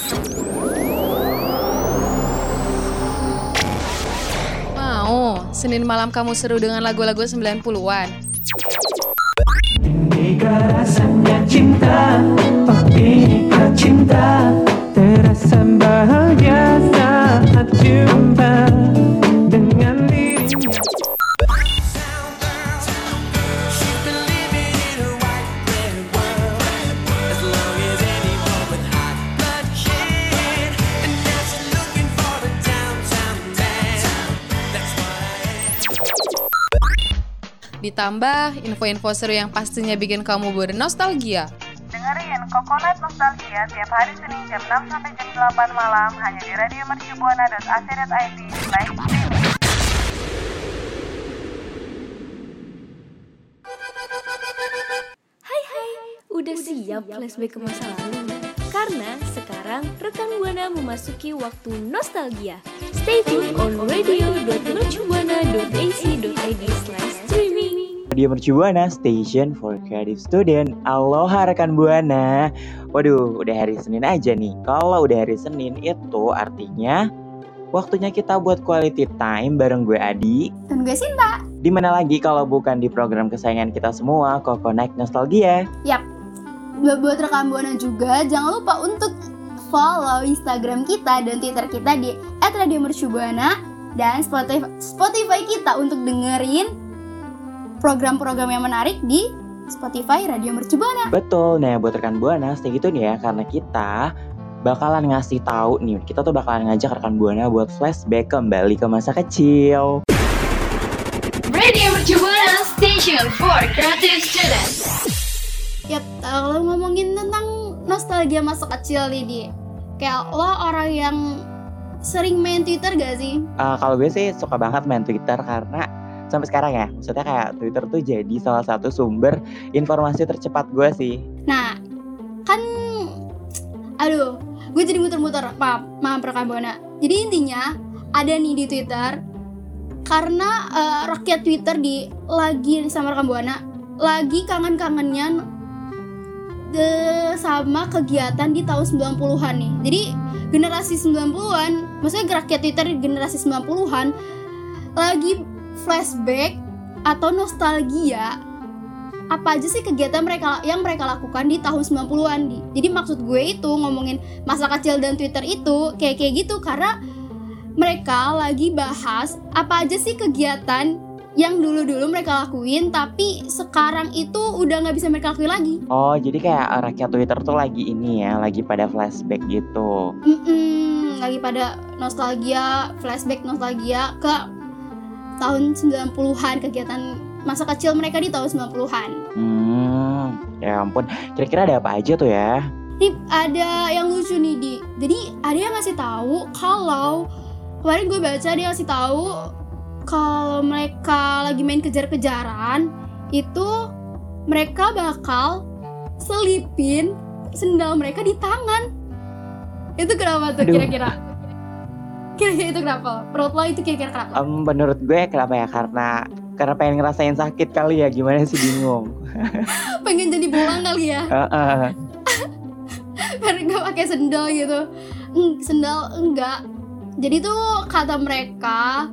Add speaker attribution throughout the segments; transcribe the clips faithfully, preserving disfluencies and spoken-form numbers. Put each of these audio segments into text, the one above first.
Speaker 1: Mau, Senin malam kamu seru dengan lagu-lagu sembilan puluhan.
Speaker 2: Inikah rasanya cinta, oh inikah cinta, terasa bahagia saat jumpa dengan dirinya.
Speaker 1: Ditambah info-info seru yang pastinya bikin kamu bernostalgia.
Speaker 3: Dengerin Coconut Nostalgia tiap hari Senin jam enam sampai jam delapan malam hanya di radio mercubuana dot a c dot i d live streaming.
Speaker 4: Hai hai, udah siap flashback ke masa lalu? Karena sekarang rekan Buana memasuki waktu nostalgia. Stay tuned on radio dot mercubuana dot a c dot i d slash streaming.
Speaker 5: Radio Mercubuana, Station for Creative Student. Aloha rekan Buana. Waduh, udah hari Senin aja nih. Kalau udah hari Senin itu artinya waktunya kita buat quality time bareng gue Adi
Speaker 6: dan gue Sinta.
Speaker 5: Dimana lagi kalau bukan di program kesayangan kita semua, Coconut Nostalgia.
Speaker 6: Yap, buat rekan Buana juga jangan lupa untuk follow Instagram kita dan Twitter kita di et radio mercubuana dan Spotify, Spotify kita untuk dengerin program-program yang menarik di Spotify Radio Mercubuana.
Speaker 5: Betul, nah buat rekan Buana stay gitu nih ya, karena kita bakalan ngasih tahu nih, kita tuh bakalan ngajak rekan Buana buat flashback kembali ke masa kecil.
Speaker 4: Radio Mercubuana, Station for Creative Student.
Speaker 6: Ya, kalau ngomongin tentang nostalgia masa kecil nih, Di, kayak lo orang yang sering main Twitter gak sih?
Speaker 5: Uh, kalau gue sih suka banget main Twitter karena sampai sekarang ya, maksudnya kayak Twitter tuh jadi salah satu sumber informasi tercepat gue sih.
Speaker 6: Nah, kan, aduh, gue jadi muter-muter, maaf, maaf rekan Buana. Jadi intinya ada nih di Twitter, karena uh, rakyat Twitter di lagi sama rekan Buana lagi kangen-kangennya de, sama kegiatan di tahun sembilan puluhan nih. Jadi generasi sembilan puluhan, maksudnya rakyat Twitter generasi sembilan puluhan lagi flashback atau nostalgia apa aja sih kegiatan mereka yang mereka lakukan di tahun sembilan puluhan. Jadi maksud gue itu ngomongin masa kecil dan Twitter itu kayak kayak gitu karena mereka lagi bahas apa aja sih kegiatan yang dulu-dulu mereka lakuin tapi sekarang itu udah nggak bisa mereka lakuin lagi.
Speaker 5: Oh, jadi kayak rakyat Twitter tuh lagi ini ya, lagi pada flashback gitu.
Speaker 6: Mm-mm, lagi pada nostalgia, flashback nostalgia ke tahun sembilan puluhan, kegiatan masa kecil mereka di tahun sembilan puluhan.
Speaker 5: Hmm, ya ampun. Kira-kira ada apa aja tuh ya?
Speaker 6: Nih, ada yang lucu nih, Di. Jadi, ada yang ngasih tahu kalau kemarin gue baca dia ngasih tahu kalau mereka lagi main kejar-kejaran, itu mereka bakal selipin sendal mereka di tangan. Itu kenapa tuh
Speaker 5: Aduh.
Speaker 6: kira-kira? Kira-kira itu kenapa? Menurut lo itu kira-kira kenapa?
Speaker 5: Um, menurut gue kenapa ya? Karena karena pengen ngerasain sakit kali ya, gimana sih, bingung.
Speaker 6: Pengen jadi bolang kali ya?
Speaker 5: Uh-uh.
Speaker 6: Karena gue pakai sendal gitu. Hmm, sendal enggak. Jadi tuh kata mereka,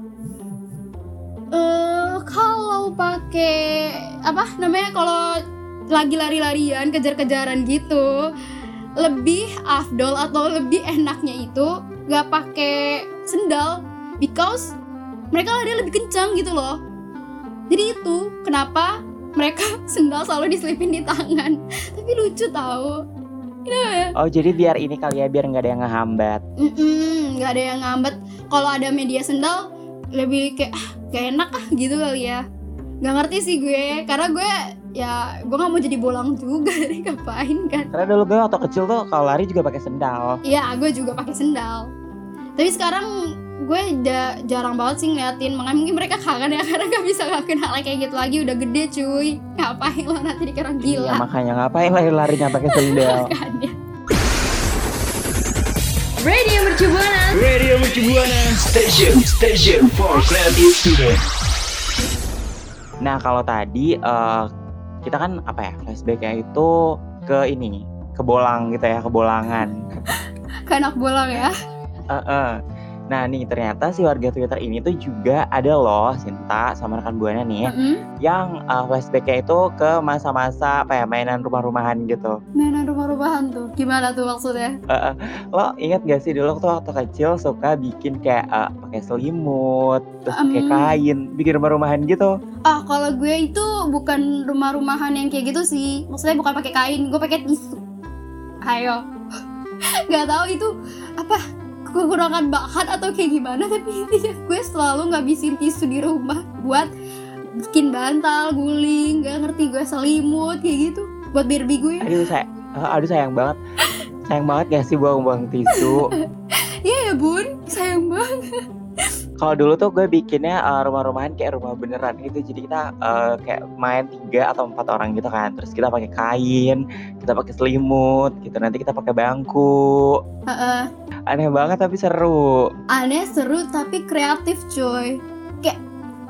Speaker 6: uh, kalau pakai apa namanya kalau lagi lari-larian, kejar-kejaran gitu, lebih afdol atau lebih enaknya itu gak pakai sendal because mereka lari lebih kencang gitu loh. Jadi itu kenapa mereka sendal selalu diselipin di tangan. Tapi lucu tau. Kenapa ya?
Speaker 5: Oh, jadi biar ini kali ya, biar nggak ada yang ngehambat.
Speaker 6: Mm-mm, nggak ada yang ngambat. Kalau ada media sendal lebih kayak ah, gak enak ah gitu kali ya. Gak ngerti sih gue, karena gue ya gue nggak mau jadi bolang juga. Dari ngapain kan?
Speaker 5: Karena dulu gue waktu kecil tuh kalau lari juga pakai sendal.
Speaker 6: Iya, gue juga pakai sendal. Tapi sekarang gue udah jarang banget sih ngeliatin. Makanya mungkin mereka kangen ya, karena gak bisa ngelakuin hal kayak gitu lagi. Udah gede cuy, ngapain lo nanti dikira orang gila.
Speaker 5: Iya, makanya ngapain lari-larinya pakai sendal.
Speaker 6: Makanya.
Speaker 4: Radio Mercubuana,
Speaker 2: Radio Mercubuana, Station Station for Creative Student.
Speaker 5: Nah, kalau tadi uh, kita kan apa ya, flashbacknya itu ke ini, ke bolang gitu ya, ke bolangan.
Speaker 6: Kayak anak bolang ya.
Speaker 5: Uh-uh. Nah nih ternyata si warga Twitter ini tuh juga ada loh Sinta sama rekan Buana nih
Speaker 6: Mm-mm.
Speaker 5: yang uh, flashbacknya itu ke masa-masa apa ya mainan rumah-rumahan gitu.
Speaker 6: Mainan rumah-rumahan tuh gimana tuh maksudnya?
Speaker 5: Uh, uh, lo ingat gak sih dulu tuh waktu kecil suka bikin kayak uh, pakai selimut, terus pakai
Speaker 6: Um.
Speaker 5: kain, bikin rumah-rumahan gitu.
Speaker 6: Ah kalau gue itu bukan rumah-rumahan yang kayak gitu sih. Maksudnya bukan pakai kain, gue pakai tisu. Ayo. Gak tahu itu apa kekurangan bahan atau kayak gimana, tapi intinya gue selalu ngabisin tisu di rumah buat bikin bantal, guling, gak ngerti gue selimut kayak gitu buat Barbie gue.
Speaker 5: Aduh saya, uh, aduh sayang banget, sayang banget gak sih buang-buang tisu.
Speaker 6: Iya ya bun, sayang banget.
Speaker 5: Kalau dulu tuh gue bikinnya uh, rumah-rumahan kayak rumah beneran gitu. Jadi kita uh, kayak main tiga atau empat orang gitu kan. Terus kita pakai kain, kita pakai selimut, gitu. Nanti kita pakai bangku.
Speaker 6: Uh-uh.
Speaker 5: Aneh banget tapi seru.
Speaker 6: Aneh, seru, tapi kreatif coy. Kayak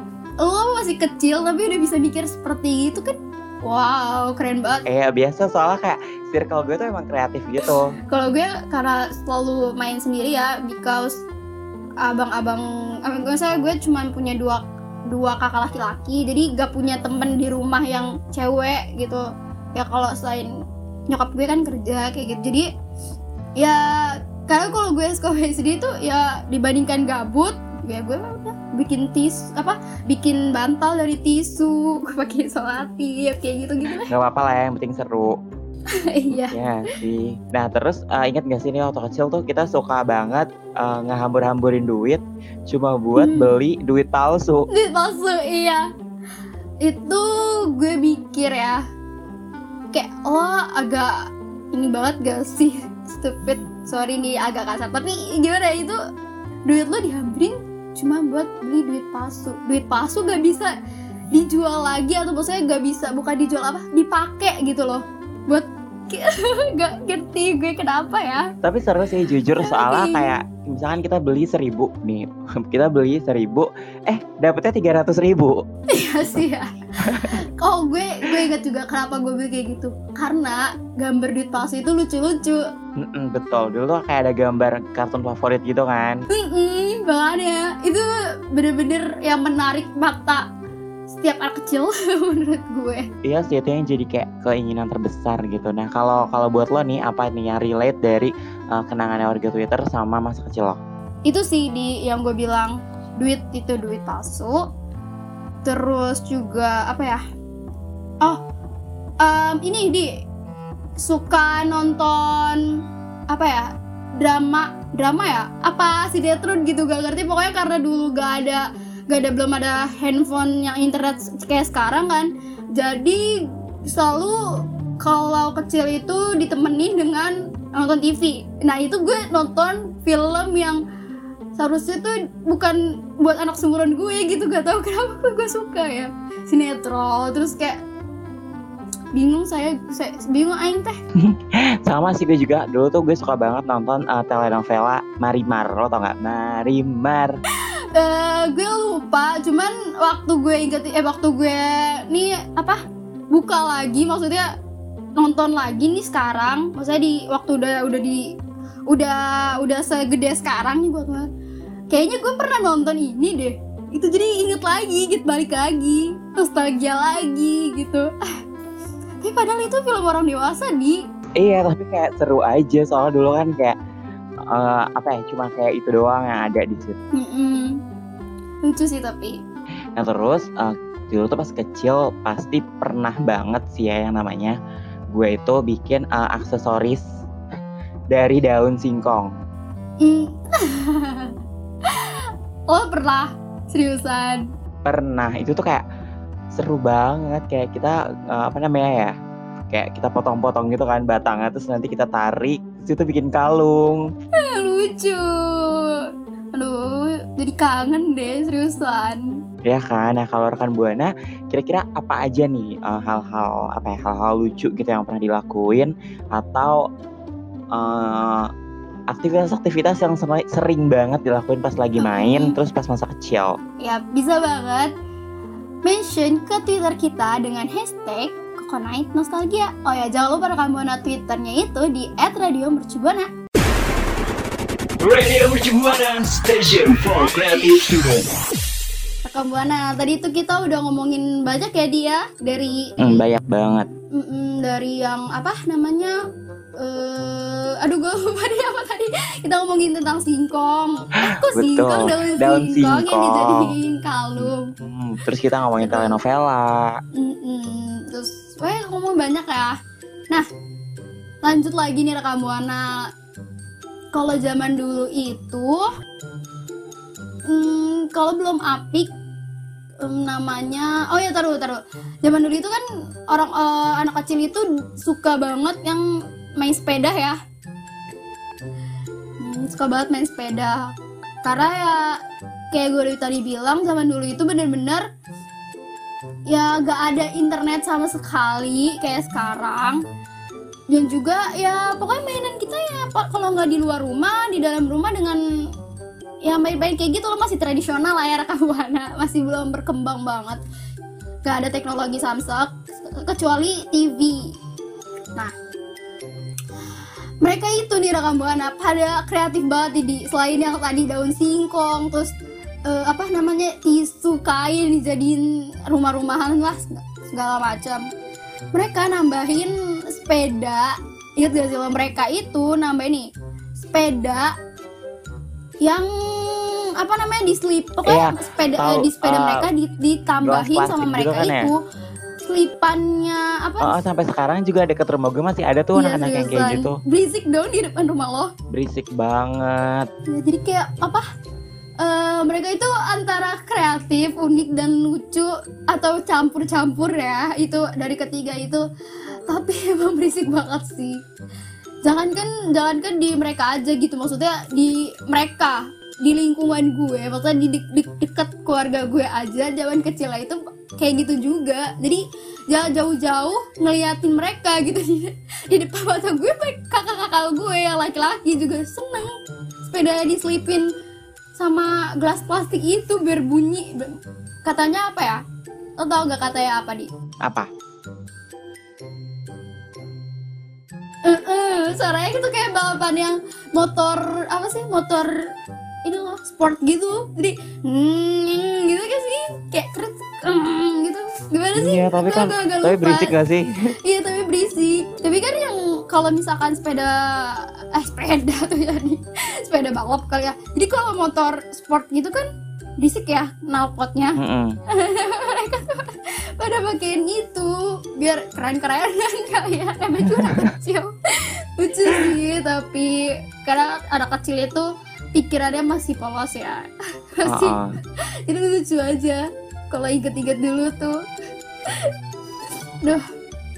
Speaker 6: lo masih kecil tapi udah bisa mikir seperti itu kan. Wow, keren banget.
Speaker 5: Eh biasa soalnya kayak circle gue tuh emang kreatif gitu.
Speaker 6: Kalau gue karena selalu main sendiri ya, because abang-abang, abang gue saya gue cuma punya dua dua kakak laki-laki, jadi gak punya temen di rumah yang cewek gitu. Ya kalau selain nyokap gue kan kerja kayak gitu, jadi ya karena kalau gue suka main sendiri tuh ya dibandingkan gabut, ya gue udah bikin tis apa bikin bantal dari tisu, gue pakai isolasi kayak gitu gitu lah.
Speaker 5: Gak apa-apa lah, yang penting seru.
Speaker 6: Iya.
Speaker 5: Ya sih. Nah terus uh, ingat gak sih nih waktu kecil tuh kita suka banget uh, ngehambur-hamburin duit cuma buat
Speaker 6: Hmm.
Speaker 5: beli duit palsu.
Speaker 6: Duit palsu, iya. Itu gue mikir ya, kayak lo agak ini banget gak sih, stupid, sorry nih agak kasar, tapi gimana ya, itu duit lo dihamburin cuma buat beli duit palsu. Duit palsu gak bisa dijual lagi, atau maksudnya gak bisa, bukan dijual apa, dipakai gitu loh buat gak ngerti gue kenapa ya.
Speaker 5: Tapi seru sih jujur, soalnya
Speaker 6: Tapi-
Speaker 5: kayak misalkan kita beli seribu nih, kita beli seribu, eh dapetnya tiga ratus ribu.
Speaker 6: Iya sih ya. Oh gue gue ingat juga kenapa gue beli kayak gitu, karena gambar duit palsu itu lucu-lucu.
Speaker 5: Mm-mm, betul, dulu tuh kayak ada gambar kartun favorit gitu kan.
Speaker 6: Mm-mm, makanya itu bener-bener yang menarik mata setiap anak kecil menurut gue.
Speaker 5: Iya sih, itu yang jadi kayak keinginan terbesar gitu. Nah kalau kalau buat lo nih, apa nih yang relate dari uh, kenangannya warga Twitter sama masa kecil lo?
Speaker 6: Itu sih di yang gue bilang, duit itu duit palsu. Terus juga apa ya? Oh, um, ini di suka nonton apa ya? Drama, drama ya? Apa sinetron gitu, gak ngerti. Pokoknya karena dulu gak ada gak ada belum ada handphone yang internet kayak sekarang kan. Jadi selalu kalau kecil itu ditemenin dengan nonton T V. Nah itu gue nonton film yang seharusnya tuh bukan buat anak seumuran gue gitu, gak tahu kenapa gue suka ya sinetron. Terus kayak bingung saya, saya bingung aing teh.
Speaker 5: Sama sih gue juga, dulu tuh gue suka banget nonton uh, telenovela Marimar. Lo tau gak? Marimar.
Speaker 6: Uh, gue lupa, cuman waktu gue inget eh waktu gue nih apa buka lagi, maksudnya nonton lagi nih sekarang, maksudnya di waktu udah udah di udah udah segede sekarang nih buat gue, kayaknya gue pernah nonton ini deh. Itu jadi inget lagi, gitu, balik lagi, nostalgia lagi gitu. Tapi padahal itu film orang dewasa di.
Speaker 5: Iya, tapi kayak seru aja soalnya dulu kan kayak uh, apa ya, cuma kayak itu doang yang ada di situ.
Speaker 6: Mm-mm. Lucu sih tapi.
Speaker 5: Nah terus uh, dulu tuh pas kecil pasti pernah banget sih ya yang namanya gue itu bikin uh, aksesoris dari daun singkong.
Speaker 6: Mm. Oh pernah? Seriusan?
Speaker 5: Pernah, itu tuh kayak seru banget, kayak kita uh, apa namanya ya, kayak kita potong-potong gitu kan batangnya, terus nanti kita tarik, terus itu bikin kalung.
Speaker 6: Ah, lucu. Aduh, jadi kangen deh seriusan.
Speaker 5: Ya kan. Nah kalau rekan Buana, kira-kira apa aja nih uh, hal-hal apa ya, hal-hal lucu gitu yang pernah dilakuin, atau uh, aktivitas-aktivitas yang ser- sering banget dilakuin pas lagi main,
Speaker 6: Mm-hmm.
Speaker 5: terus pas masa kecil.
Speaker 6: Ya bisa banget mention ke Twitter kita dengan hashtag Coconut Nostalgia. Oh ya, jangan lupa rekam Buana Twitternya itu di et radio mercubuana.
Speaker 2: Radio Mercu Buana Station for Creative Student.
Speaker 6: Rekam Buana, tadi itu kita udah ngomongin banyak ya dia dari
Speaker 5: Hmm, banyak banget.
Speaker 6: mm, dari yang apa namanya eh aduh gue lupa deh apa tadi, kita ngomongin tentang singkong. Eh, kok
Speaker 5: Betul,
Speaker 6: singkong, daun,
Speaker 5: daun
Speaker 6: singkong, yang
Speaker 5: singkong.
Speaker 6: dijadiin kalung.
Speaker 5: Hmm, terus kita ngomongin telenovela.
Speaker 6: Mm-mm. Terus weh ngomong banyak ya. Nah, lanjut lagi nih Rekam Buana. Kalau zaman dulu itu hmm, kalau belum apik em, namanya, oh ya taruh taruh zaman dulu itu kan orang eh, anak kecil itu suka banget yang main sepeda ya. Hmm, suka banget main sepeda karena ya kayak gue dari tadi bilang, zaman dulu itu bener-bener ya gak ada internet sama sekali kayak sekarang. Dan juga ya pokoknya mainan kita ya pa- kalau nggak di luar rumah, di dalam rumah dengan ya main-main kayak gitu loh, masih tradisional lah ya Rekam Buana, masih belum berkembang banget, gak ada teknologi Samsung kecuali T V. Nah, mereka itu nih Rekam Buana pada kreatif banget di selain yang tadi daun singkong, terus eh, apa namanya tisu kain dijadiin rumah-rumahan lah segala macam. Mereka nambahin sepeda, ingat gak sih lo, mereka itu nambahin nih sepeda yang apa namanya diselip, pokoknya
Speaker 5: Iya,
Speaker 6: sepeda
Speaker 5: tahu,
Speaker 6: eh, di sepeda
Speaker 5: uh,
Speaker 6: mereka di- ditambahin
Speaker 5: gelas
Speaker 6: sama
Speaker 5: plastik
Speaker 6: mereka
Speaker 5: gitu kan ya?
Speaker 6: itu selipannya apa?
Speaker 5: Oh, sampai sekarang juga deket rumah gue masih ada tuh
Speaker 6: Iya,
Speaker 5: anak-anak yang kayak
Speaker 6: seriusan.
Speaker 5: gitu.
Speaker 6: Berisik dong di depan rumah lo.
Speaker 5: Berisik banget.
Speaker 6: Ya, jadi kayak apa? Eh, mereka itu antara kreatif, unik dan lucu atau campur-campur ya. Itu dari ketiga itu. Tapi emang berisik banget sih. Jangankan jangankan di mereka aja gitu, maksudnya di mereka, di lingkungan gue, maksudnya di, de- de- dekat keluarga gue aja zaman kecil itu kayak gitu juga. Jadi jangan jauh-jauh ngeliatin mereka gitu di, di depan mata gue, kakak-kakak gue yang laki-laki juga seneng sepeda diselipin sama gelas plastik itu biar bunyi. Katanya apa ya? Lo tau gak katanya apa, Di?
Speaker 5: Apa?
Speaker 6: Eh, eh, suaranya itu kayak balapan yang motor apa sih? Motor ini loh, sport gitu. Jadi hmm, gitu kan sih? Kayak keren hmm, gitu. Gimana sih?
Speaker 5: Iya, tapi
Speaker 6: Gua
Speaker 5: kan
Speaker 6: agak-agak
Speaker 5: tapi
Speaker 6: lupa.
Speaker 5: berisik gak sih?
Speaker 6: Iya, tapi berisik. Tapi kan yang kalau misalkan sepeda eh sepeda tuh ya nih. Sepeda balap kali ya. Jadi kalau motor sport gitu kan berisik ya knalpotnya.
Speaker 5: Mm-mm.
Speaker 6: Mereka tuh pada pakein itu biar keren-kerenan kali ya. Emang juga anak kecil. Lucu sih, tapi karena anak kecil itu pikirannya masih polos ya. Masih
Speaker 5: Uh-uh.
Speaker 6: itu lucu aja kalau inget-inget dulu tuh. Duh.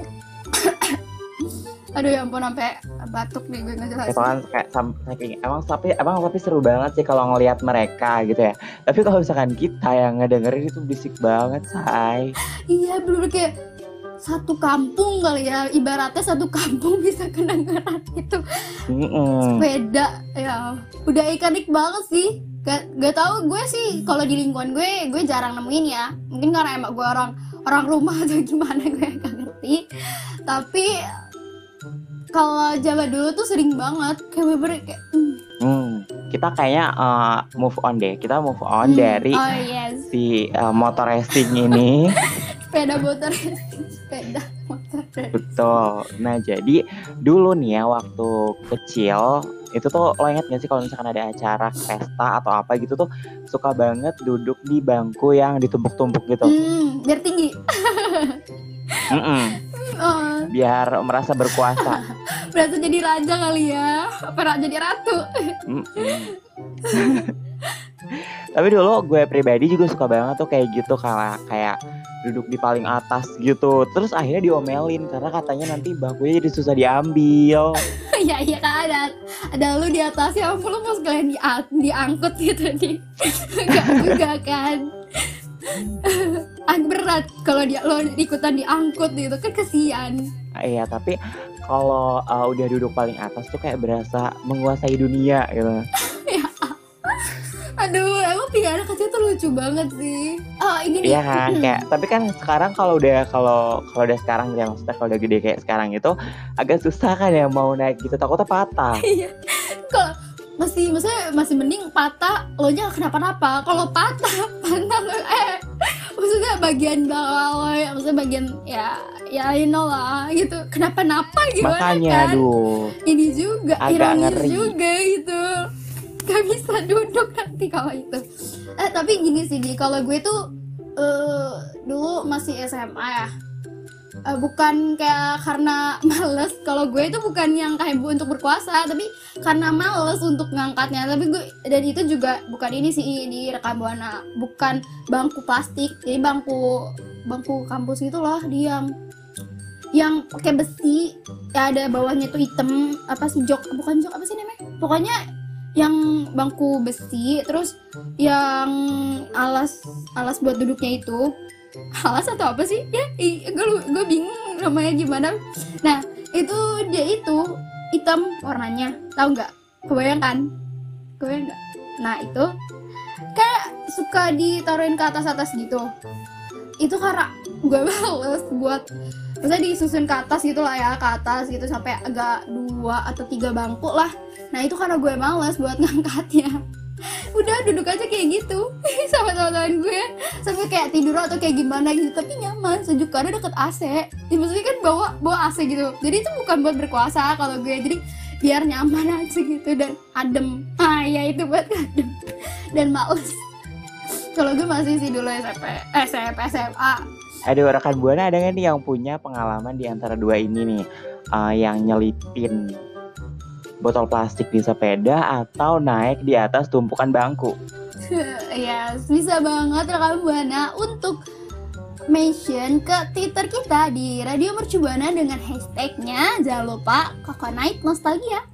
Speaker 6: Aduh ya ampun, sampai batuk nih gue ngejelasin.
Speaker 5: Itu kan kayak sam- saking emang tapi emang tapi seru banget sih kalau ngelihat mereka gitu ya. Tapi kalau misalkan kita yang ngedengerin itu berisik banget, say.
Speaker 6: Iya bener kayak satu kampung kali ya, ibaratnya satu kampung bisa kedengeran itu
Speaker 5: Mm-mm.
Speaker 6: sepeda ya. Udah ikonik banget sih. Gak, gak tau gue sih kalau di lingkungan gue gue jarang nemuin ya. Mungkin karena emang gue orang orang rumah atau gimana gue gak ngerti. Tapi kalau zaman dulu tuh sering banget kayak bener kayak hmm.
Speaker 5: Hmm, kita kayaknya uh, move on deh. Kita move on
Speaker 6: Hmm,
Speaker 5: dari
Speaker 6: oh yes,
Speaker 5: si uh, motor racing ini.
Speaker 6: sepeda motor sepeda motor.
Speaker 5: Betul. Nah, jadi dulu nih ya waktu kecil itu tuh lo inget gak sih kalau misalkan ada acara pesta atau apa gitu tuh suka banget duduk di bangku yang ditumpuk-tumpuk gitu.
Speaker 6: Hmm, biar tinggi.
Speaker 5: Mm-mm.
Speaker 6: Oh,
Speaker 5: Biar merasa berkuasa.
Speaker 6: berasa jadi raja kali ya. Apa jadi ratu?
Speaker 5: Mm-mm. Tapi dulu gue pribadi juga suka banget tuh kayak gitu, kayak kayak duduk di paling atas gitu. Terus akhirnya diomelin karena katanya nanti bangkunya jadi susah diambil.
Speaker 6: Iya iya kan ada ada lu di atas ya, ampun lu mau sekalian di diangkut gitu nih. Enggak juga kan. Ah, berat kalau dia lo ikutan diangkut gitu kan, kesian.
Speaker 5: Iya, tapi kalau uh, udah duduk paling atas tuh kayak berasa menguasai dunia gitu.
Speaker 6: Aduh, emang pikiran anak kecil tuh lucu banget sih. Oh ini nih.
Speaker 5: Iya kan, kayak tapi kan sekarang kalau udah kalau kalau udah sekarang ya, maksudnya kalau udah gede kayak sekarang itu agak susah kan ya mau naik gitu, takutnya patah.
Speaker 6: Iya. Kalau masih maksudnya masih mending patah lo nya kenapa-napa. Kalau patah patah lo eh maksudnya bagian belakang lo ya, maksudnya bagian ya ya you know lah gitu kenapa-napa gimana.
Speaker 5: Makanya
Speaker 6: kan
Speaker 5: aduh
Speaker 6: ini juga
Speaker 5: agak
Speaker 6: ironis
Speaker 5: ngeri
Speaker 6: juga gitu, gak bisa duduk nanti kalau itu. Eh tapi gini sih Di, kalau gue tuh uh, dulu masih S M A ya. Uh, bukan kayak karena males, kalau gue itu bukan yang kayak bu untuk berkuasa, tapi karena males untuk ngangkatnya. Tapi gue dan itu juga bukan ini sih di Rekan Buana, bukan bangku plastik, jadi bangku bangku kampus gitu loh, dia yang yang pakai besi, ya ada bawahnya tuh hitam, apa sih jok, bukan jok apa sih namanya? Pokoknya yang bangku besi, terus yang alas alas buat duduknya itu alas atau apa sih ya, gue gue bingung namanya gimana. Nah itu dia itu hitam warnanya, tahu nggak? Kebayang kan? Kebayang nggak? Nah itu kayak suka ditaruhin ke atas atas gitu. Itu karena gue males buat, maksudnya disusun ke atas gitu lah ya, ke atas gitu sampai agak dua atau tiga bangku lah. Nah itu karena gue males buat ngangkatnya. Udah duduk aja kayak gitu sama teman-teman gue sampai kayak tidur atau kayak gimana gitu, tapi nyaman, sejuk karena deket A C ya, maksudnya kan bawa bawa A C gitu, jadi itu bukan buat berkuasa kalau gue, jadi biar nyaman aja gitu dan adem. Ah ya itu buat adem dan males. Kalau gue masih sih dulu S M P, S M P, S M A.
Speaker 5: Aduh Rekan Buana ada gak nih yang punya pengalaman di antara dua ini nih, uh, yang nyelipin botol plastik di sepeda atau naik di atas tumpukan bangku?
Speaker 6: Yes, bisa banget Rekan Buana untuk mention ke Twitter kita di Radio Mercu Buana dengan hashtagnya jangan lupa Coconut Nostalgia.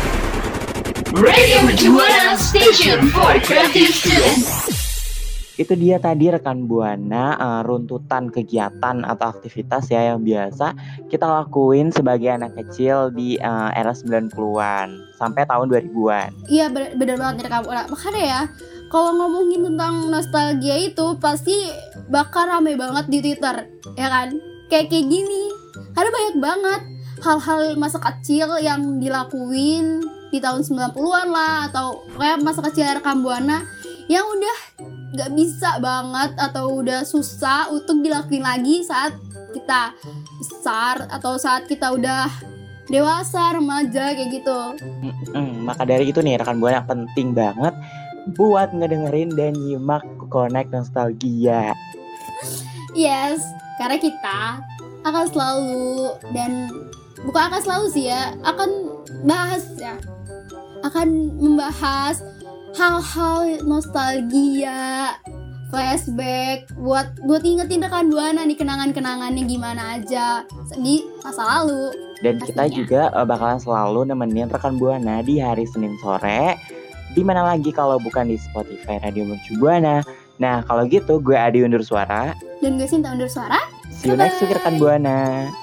Speaker 2: Radio Mercu Buana, station for creative students.
Speaker 5: Itu dia tadi Rekan Buana, uh, runtutan kegiatan atau aktivitas ya yang biasa kita lakuin sebagai anak kecil di uh, era sembilan puluhan sampai tahun dua ribuan.
Speaker 6: Iya bener banget Rekan Buana. Makanya ya kalau ngomongin tentang nostalgia itu pasti bakal rame banget di Twitter, ya kan? Kayak kayak gini. Karena banyak banget hal-hal masa kecil yang dilakuin di tahun sembilan puluhan lah, atau kayak masa kecil Rekan Buana yang udah gak bisa banget atau udah susah untuk dilakuin lagi saat kita besar atau saat kita udah dewasa, remaja kayak gitu.
Speaker 5: Hmm, maka dari itu nih Rekan Buana penting banget buat ngedengerin dan nyimak Connect Nostalgia.
Speaker 6: Yes, karena kita akan selalu, dan bukan akan selalu sih ya, akan bahas ya, akan membahas hal-hal nostalgia, flashback, buat buat ingetin Rekan Buana nih kenangan-kenangannya gimana aja di masa lalu.
Speaker 5: Dan
Speaker 6: pastinya.
Speaker 5: kita juga uh, bakalan selalu nemenin Rekan Buana di hari Senin sore. Di mana lagi kalau bukan di Spotify Radio Mercu Buana. Nah kalau gitu gue Adi undur suara.
Speaker 6: Dan gue Sinta undur suara.
Speaker 5: See you next week Rekan Buana.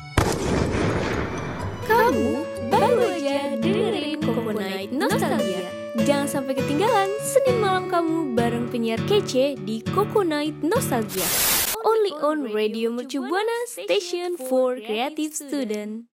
Speaker 4: Kamu baru aja dengerin Coconut Nostalgia. Jangan sampai ketinggalan Senin malam kamu bareng penyiar kece di Coconut Nostalgia. Only on Radio Mercu Buana, station for creative student.